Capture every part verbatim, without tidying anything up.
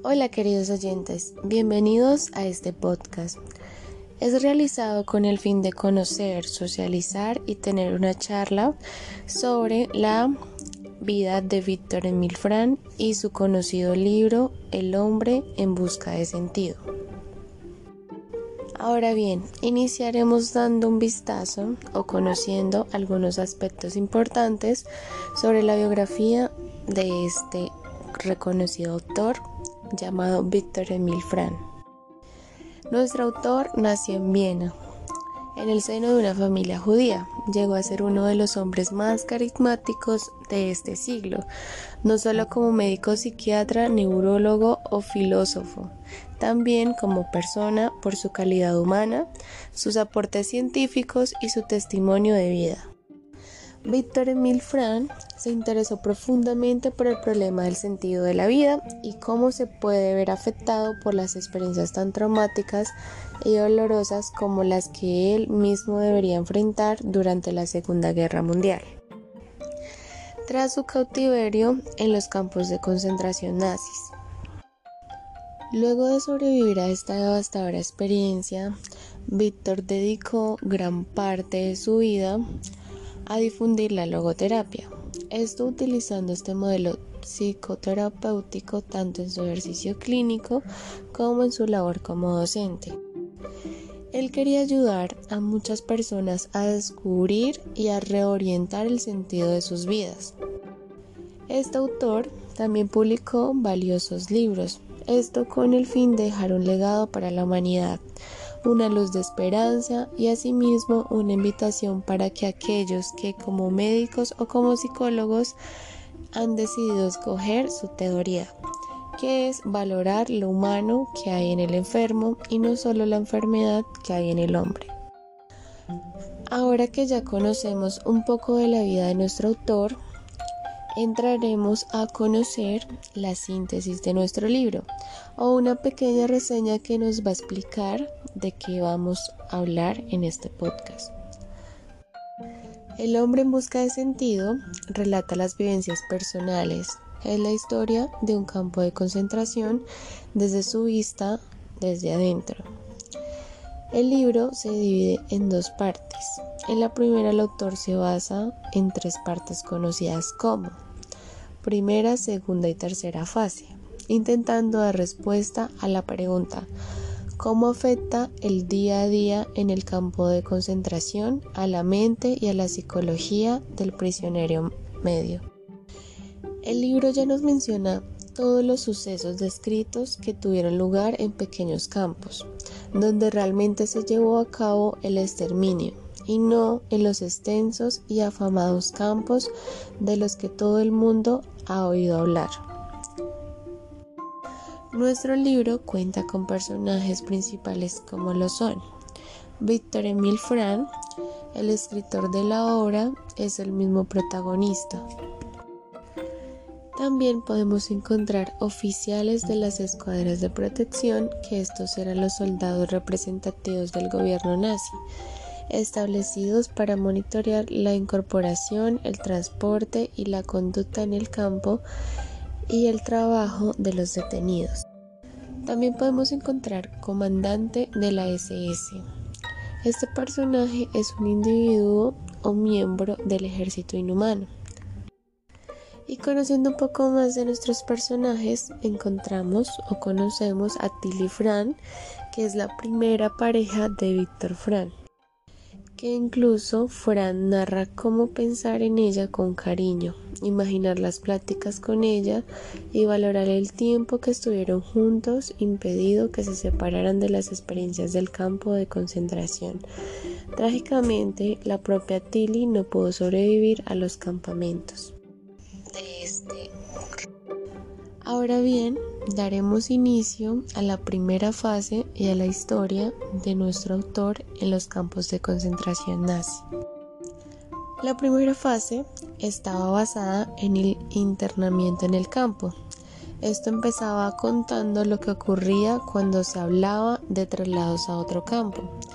Hola queridos oyentes, bienvenidos a este podcast. Es realizado con el fin de conocer, socializar y tener una charla sobre la vida de Víctor Emil Frankl y su conocido libro El hombre en busca de sentido. Ahora bien, iniciaremos dando un vistazo o conociendo algunos aspectos importantes sobre la biografía de este reconocido autor llamado Víctor Emil Frankl. Nuestro autor nació en Viena, en el seno de una familia judía. Llegó a ser uno de los hombres más carismáticos de este siglo, no solo como médico psiquiatra, neurólogo o filósofo, también como persona por su calidad humana, sus aportes científicos y su testimonio de vida. Víctor Emil Frankl se interesó profundamente por el problema del sentido de la vida y cómo se puede ver afectado por las experiencias tan traumáticas y dolorosas como las que él mismo debería enfrentar durante la Segunda Guerra Mundial. Tras su cautiverio en los campos de concentración nazis. Luego de sobrevivir a esta devastadora experiencia, Víctor dedicó gran parte de su vida a difundir la logoterapia, esto utilizando este modelo psicoterapéutico tanto en su ejercicio clínico como en su labor como docente. Él quería ayudar a muchas personas a descubrir y a reorientar el sentido de sus vidas. Este autor también publicó valiosos libros, esto con el fin de dejar un legado para la humanidad, una luz de esperanza y asimismo una invitación para que aquellos que como médicos o como psicólogos han decidido escoger su teoría, que es valorar lo humano que hay en el enfermo y no solo la enfermedad que hay en el hombre. Ahora que ya conocemos un poco de la vida de nuestro autor, entraremos a conocer la síntesis de nuestro libro o una pequeña reseña que nos va a explicar de qué vamos a hablar en este podcast. El hombre en busca de sentido relata las vivencias personales. Es la historia de un campo de concentración desde su vista, desde adentro. El libro se divide en dos partes. En la primera el autor se basa en tres partes conocidas como primera, segunda y tercera fase, intentando dar respuesta a la pregunta ¿cómo afecta el día a día en el campo de concentración a la mente y a la psicología del prisionero medio? El libro ya nos menciona todos los sucesos descritos que tuvieron lugar en pequeños campos, donde realmente se llevó a cabo el exterminio, y no en los extensos y afamados campos de los que todo el mundo ha oído hablar. Nuestro libro cuenta con personajes principales como lo son Víctor Emil Frankl, el escritor de la obra, es el mismo protagonista. También podemos encontrar oficiales de las escuadras de protección, que estos eran los soldados representativos del gobierno nazi, establecidos para monitorear la incorporación, el transporte y la conducta en el campo y el trabajo de los detenidos. También podemos encontrar comandante de la ese ese. Este personaje es un individuo o miembro del ejército inhumano. Y conociendo un poco más de nuestros personajes, encontramos o conocemos a Tilly Frankl, que es la primera pareja de Víctor Frankl, que incluso Frankl narra cómo pensar en ella con cariño, imaginar las pláticas con ella y valorar el tiempo que estuvieron juntos, impedido que se separaran de las experiencias del campo de concentración. Trágicamente, la propia Tilly no pudo sobrevivir a los campamentos de este. Ahora bien, daremos inicio a la primera fase y a la historia de nuestro autor en los campos de concentración nazi. La primera fase estaba basada en el internamiento en el campo. Esto empezaba contando lo que ocurría cuando se hablaba de traslados a otro campo.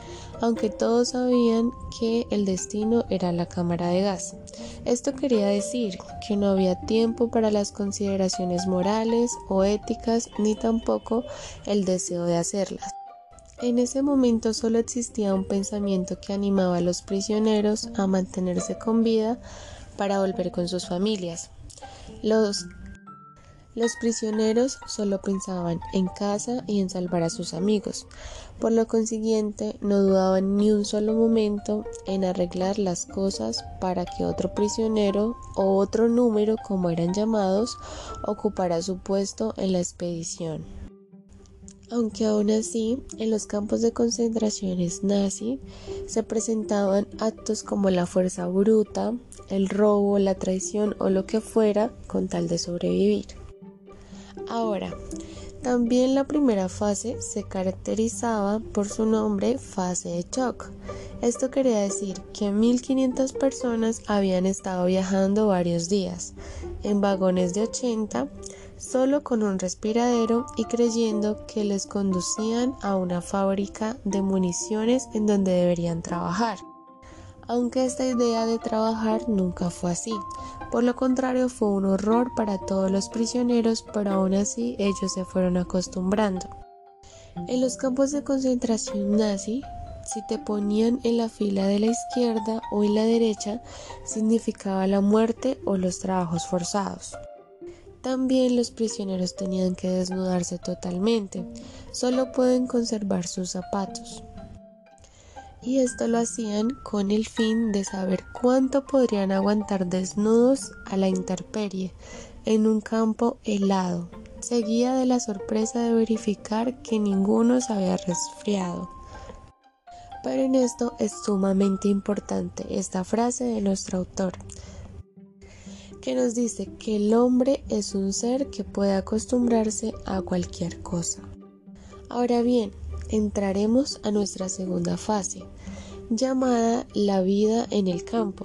aunque todos sabían que el destino era la cámara de gas. Esto quería decir que no había tiempo para las consideraciones morales o éticas, ni tampoco el deseo de hacerlas. En ese momento solo existía un pensamiento que animaba a los prisioneros a mantenerse con vida para volver con sus familias. Los, los prisioneros solo pensaban en casa y en salvar a sus amigos. Por lo consiguiente, no dudaban ni un solo momento en arreglar las cosas para que otro prisionero o otro número, como eran llamados, ocupara su puesto en la expedición. Aunque aún así, en los campos de concentraciones nazi se presentaban actos como la fuerza bruta, el robo, la traición o lo que fuera con tal de sobrevivir. Ahora, también la primera fase se caracterizaba por su nombre fase de shock. Esto quería decir que mil quinientas personas habían estado viajando varios días en vagones de ochenta, solo con un respiradero y creyendo que les conducían a una fábrica de municiones en donde deberían trabajar. Aunque esta idea de trabajar nunca fue así, por lo contrario fue un horror para todos los prisioneros, pero aún así ellos se fueron acostumbrando. En los campos de concentración nazi, si te ponían en la fila de la izquierda o en la derecha, significaba la muerte o los trabajos forzados. También los prisioneros tenían que desnudarse totalmente, solo pueden conservar sus zapatos. Y esto lo hacían con el fin de saber cuánto podrían aguantar desnudos a la intemperie en un campo helado, seguida de la sorpresa de verificar que ninguno se había resfriado. Pero en esto es sumamente importante esta frase de nuestro autor, que nos dice que el hombre es un ser que puede acostumbrarse a cualquier cosa. Ahora bien, entraremos a nuestra segunda fase, llamada la vida en el campo.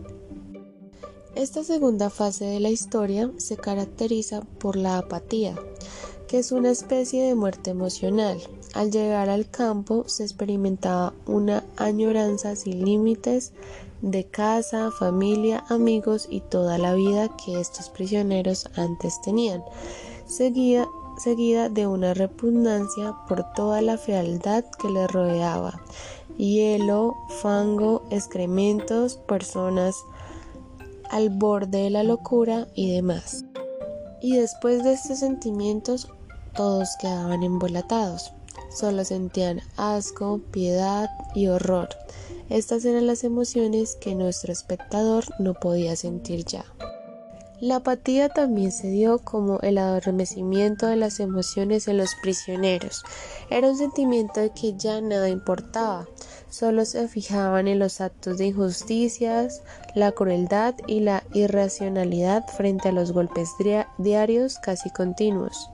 Esta segunda fase de la historia se caracteriza por la apatía, que es una especie de muerte emocional. Al llegar al campo se experimentaba una añoranza sin límites de casa, familia, amigos y toda la vida que estos prisioneros antes tenían, seguida, seguida de una repugnancia por toda la fealdad que les rodeaba: hielo, fango, excrementos, personas al borde de la locura y demás. Y después de estos sentimientos, todos quedaban embolatados. Solo sentían asco, piedad y horror. Estas eran las emociones que nuestro espectador no podía sentir ya. La apatía también se dio como el adormecimiento de las emociones en los prisioneros. Era un sentimiento de que ya nada importaba, solo se fijaban en los actos de injusticias, la crueldad y la irracionalidad frente a los golpes diarios casi continuos.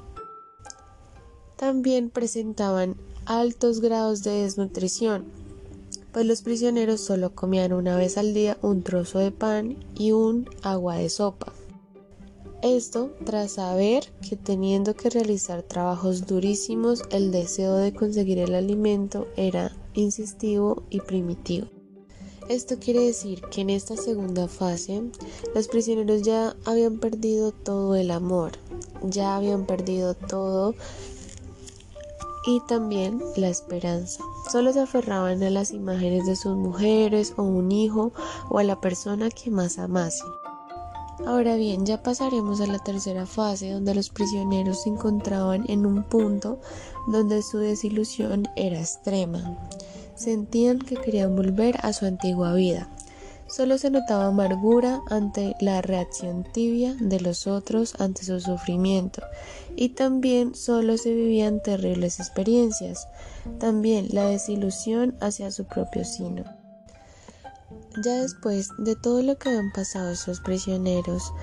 También presentaban altos grados de desnutrición, pues los prisioneros solo comían una vez al día un trozo de pan y un agua de sopa. Esto tras saber que teniendo que realizar trabajos durísimos, el deseo de conseguir el alimento era insistivo y primitivo. Esto quiere decir que en esta segunda fase, los prisioneros ya habían perdido todo el amor, ya habían perdido todo y también la esperanza. Solo se aferraban a las imágenes de sus mujeres o un hijo o a la persona que más amasen. Ahora bien, ya pasaremos a la tercera fase, donde los prisioneros se encontraban en un punto donde su desilusión era extrema. Sentían que querían volver a su antigua vida. Solo se notaba amargura ante la reacción tibia de los otros ante su sufrimiento, y también solo se vivían terribles experiencias, también la desilusión hacia su propio sino. Ya después de todo lo que habían pasado esos prisioneros,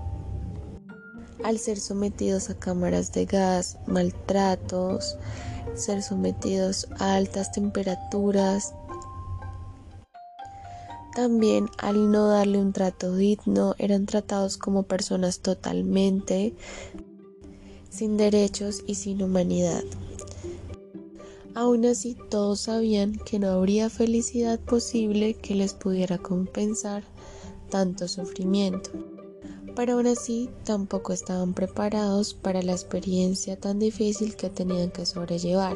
al ser sometidos a cámaras de gas, maltratos, ser sometidos a altas temperaturas, también al no darle un trato digno, eran tratados como personas totalmente sin derechos y sin humanidad. Aún así, todos sabían que no habría felicidad posible que les pudiera compensar tanto sufrimiento. Pero aún así, tampoco estaban preparados para la experiencia tan difícil que tenían que sobrellevar.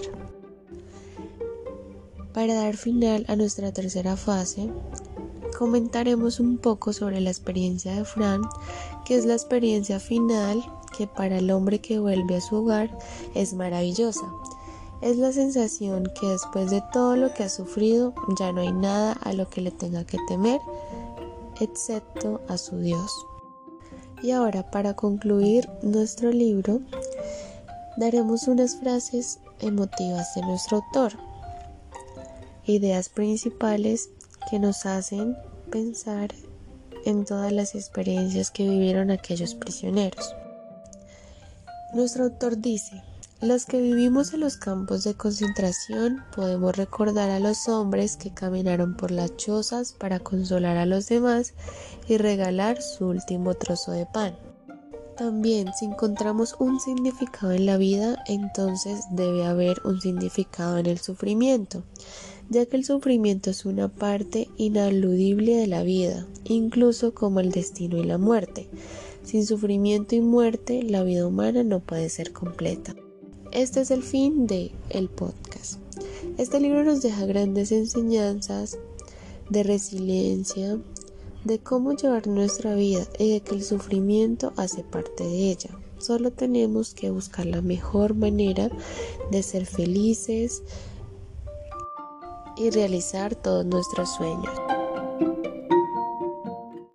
Para dar final a nuestra tercera fase, comentaremos un poco sobre la experiencia de Fran, que es la experiencia final que para el hombre que vuelve a su hogar es maravillosa. Es la sensación que después de todo lo que ha sufrido ya no hay nada a lo que le tenga que temer, excepto a su Dios. Y ahora, para concluir nuestro libro, daremos unas frases emotivas de nuestro autor, ideas principales que nos hacen pensar en todas las experiencias que vivieron aquellos prisioneros. Nuestro autor dice: los que vivimos en los campos de concentración podemos recordar a los hombres que caminaron por las chozas para consolar a los demás y regalar su último trozo de pan. También, si encontramos un significado en la vida, entonces debe haber un significado en el sufrimiento, ya que el sufrimiento es una parte ineludible de la vida, incluso como el destino y la muerte. Sin sufrimiento y muerte, la vida humana no puede ser completa. Este es el fin del podcast. Este libro nos deja grandes enseñanzas de resiliencia, de cómo llevar nuestra vida y de que el sufrimiento hace parte de ella. Solo tenemos que buscar la mejor manera de ser felices y realizar todos nuestros sueños.